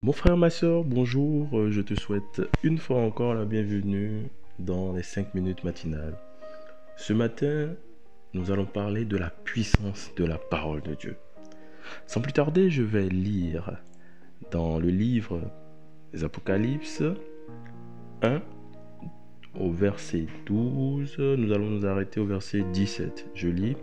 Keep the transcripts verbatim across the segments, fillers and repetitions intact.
Mon frère, ma soeur, bonjour. Euh, Je te souhaite une fois encore la bienvenue dans les cinq minutes matinales. Ce matin, nous allons parler de la puissance de la parole de Dieu. Sans plus tarder, je vais lire dans le livre des Apocalypses un au verset douze. Nous allons nous arrêter au verset dix-sept. Je lis.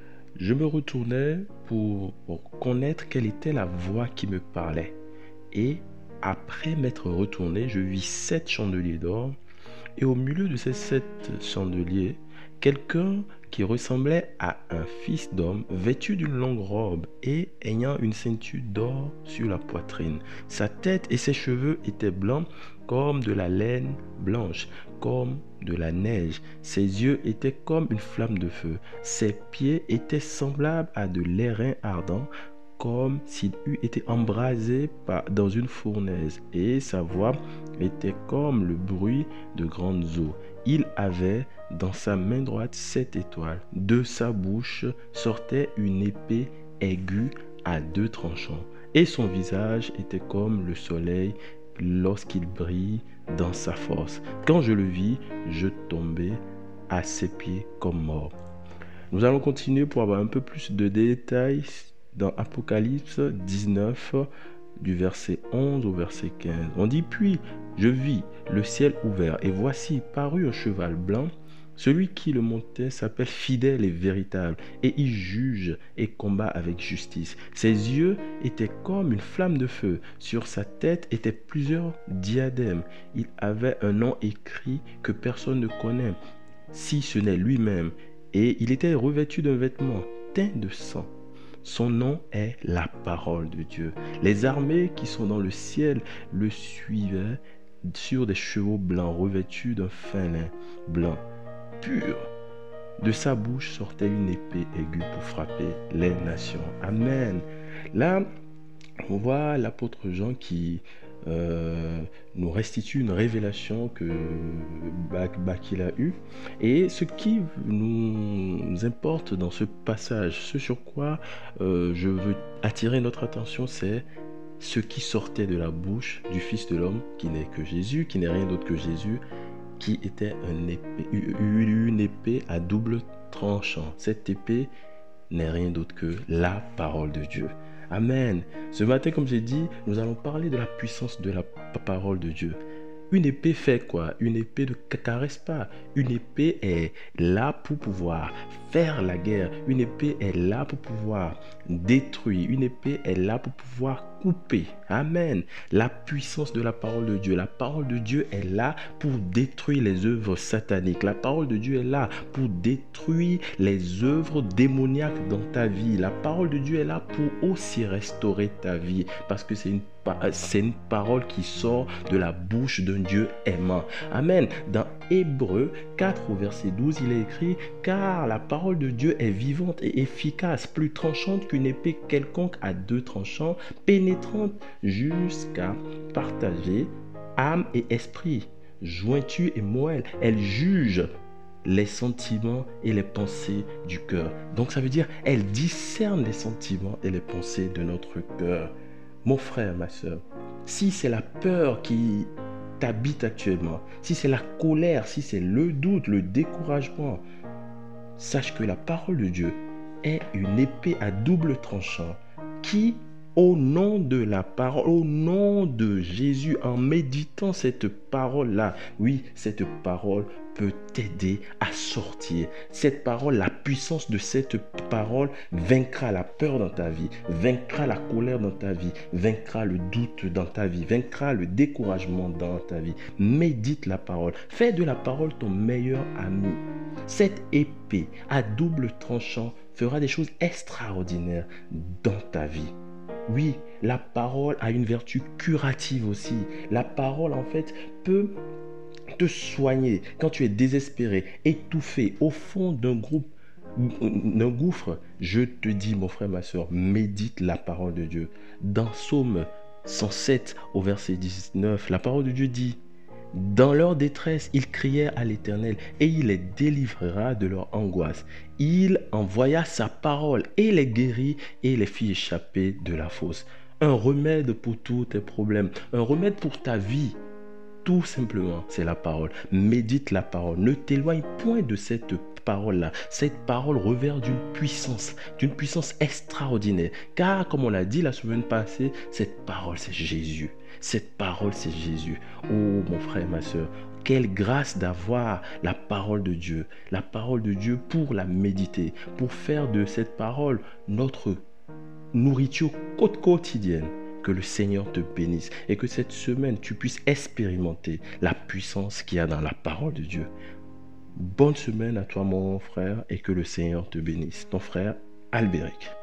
Je me retournai pour connaître quelle était la voix qui me parlait. Et après m'être retourné, je vis sept chandeliers d'or, et au milieu de ces sept chandeliers, quelqu'un qui ressemblait à un fils d'homme, vêtu d'une longue robe et ayant une ceinture d'or sur la poitrine. Sa tête et ses cheveux étaient blancs comme de la laine blanche, comme de la neige. Ses yeux étaient comme une flamme de feu. Ses pieds étaient semblables à de l'airain ardent, comme s'il eût été embrasé par, dans une fournaise, et sa voix était comme le bruit de grandes eaux. Il avait dans sa main droite sept étoiles. De sa bouche sortait une épée aiguë à deux tranchants, et son visage était comme le soleil lorsqu'il brille dans sa force. Quand je le vis, je tombai à ses pieds comme mort. Nous allons continuer pour avoir un peu plus de détails dans Apocalypse dix-neuf, du verset onze au verset quinze. On dit: puis je vis le ciel ouvert, et voici parut un cheval blanc. Celui qui le montait s'appelle Fidèle et Véritable, et il juge et combat avec justice. Ses yeux étaient comme une flamme de feu. Sur sa tête étaient plusieurs diadèmes. Il avait un nom écrit que personne ne connaît, si ce n'est lui-même. Et il était revêtu d'un vêtement teint de sang. Son nom est la parole de Dieu. Les armées qui sont dans le ciel le suivaient sur des chevaux blancs revêtus d'un fin lin blanc pur. De sa bouche sortait une épée aiguë pour frapper les nations. Amen. Là, on voit l'apôtre Jean qui euh, nous restitue une révélation que bah, bah, qu'il a eue. Et ce qui nous importe dans ce passage, ce sur quoi euh, je veux attirer notre attention, c'est ce qui sortait de la bouche du Fils de l'homme, qui n'est que Jésus, qui n'est rien d'autre que Jésus, qui était une épée, une épée à double tranchant. Cette épée n'est rien d'autre que la parole de Dieu. Amen. Ce matin, comme j'ai dit, nous allons parler de la puissance de la parole de Dieu. Une épée fait quoi? Une épée ne caresse pas. Une épée est là pour pouvoir faire la guerre. Une épée est là pour pouvoir détruire. Une épée est là pour pouvoir couper. Amen. La puissance de la parole de Dieu. La parole de Dieu est là pour détruire les œuvres sataniques. La parole de Dieu est là pour détruire les œuvres démoniaques dans ta vie. La parole de Dieu est là pour aussi restaurer ta vie, parce que c'est une c'est une parole qui sort de la bouche d'un Dieu aimant. Amen. Dans Hébreux quatre, au verset douze, il est écrit: car la parole de Dieu est vivante et efficace, plus tranchante qu'une épée quelconque à deux tranchants, pénétrante jusqu'à partager âme et esprit, jointure et moelle. Elle juge les sentiments et les pensées du cœur. Donc ça veut dire, elle discerne les sentiments et les pensées de notre cœur. Mon frère, ma soeur, si c'est la peur qui t'habite actuellement, si c'est la colère, si c'est le doute, le découragement, sache que la parole de Dieu est une épée à double tranchant qui, au nom de la parole, au nom de Jésus, en méditant cette parole-là, oui, cette parole peut t'aider à sortir. Cette parole, la puissance de cette parole vaincra la peur dans ta vie, vaincra la colère dans ta vie, vaincra le doute dans ta vie, vaincra le découragement dans ta vie. Médite la parole. Fais de la parole ton meilleur ami. Cette épée à double tranchant fera des choses extraordinaires dans ta vie. Oui, la parole a une vertu curative aussi. La parole, en fait, peut te soigner quand tu es désespéré, étouffé au fond d'un groupe d'un gouffre. Je te dis, mon frère, ma soeur, médite la parole de Dieu. Dans Psaume cent sept, au verset dix-neuf, la parole de Dieu dit: dans leur détresse, ils crièrent à l'Éternel, et il les délivrera de leur angoisse. Il envoya sa parole et les guérit et les fit échapper de la fosse. un remède pour tous tes problèmes, un remède pour ta vie. Tout simplement, c'est la parole. Médite la parole. Ne t'éloigne point de cette parole-là. Cette parole revers d'une puissance, d'une puissance extraordinaire. Car, comme on l'a dit la semaine passée, cette parole, c'est Jésus. Cette parole, c'est Jésus. Oh, mon frère, ma soeur, quelle grâce d'avoir la parole de Dieu. La parole de Dieu pour la méditer, pour faire de cette parole notre nourriture quotidienne. Que le Seigneur te bénisse et que cette semaine, tu puisses expérimenter la puissance qu'il y a dans la parole de Dieu. Bonne semaine à toi, mon frère, et que le Seigneur te bénisse. Ton frère Albéric.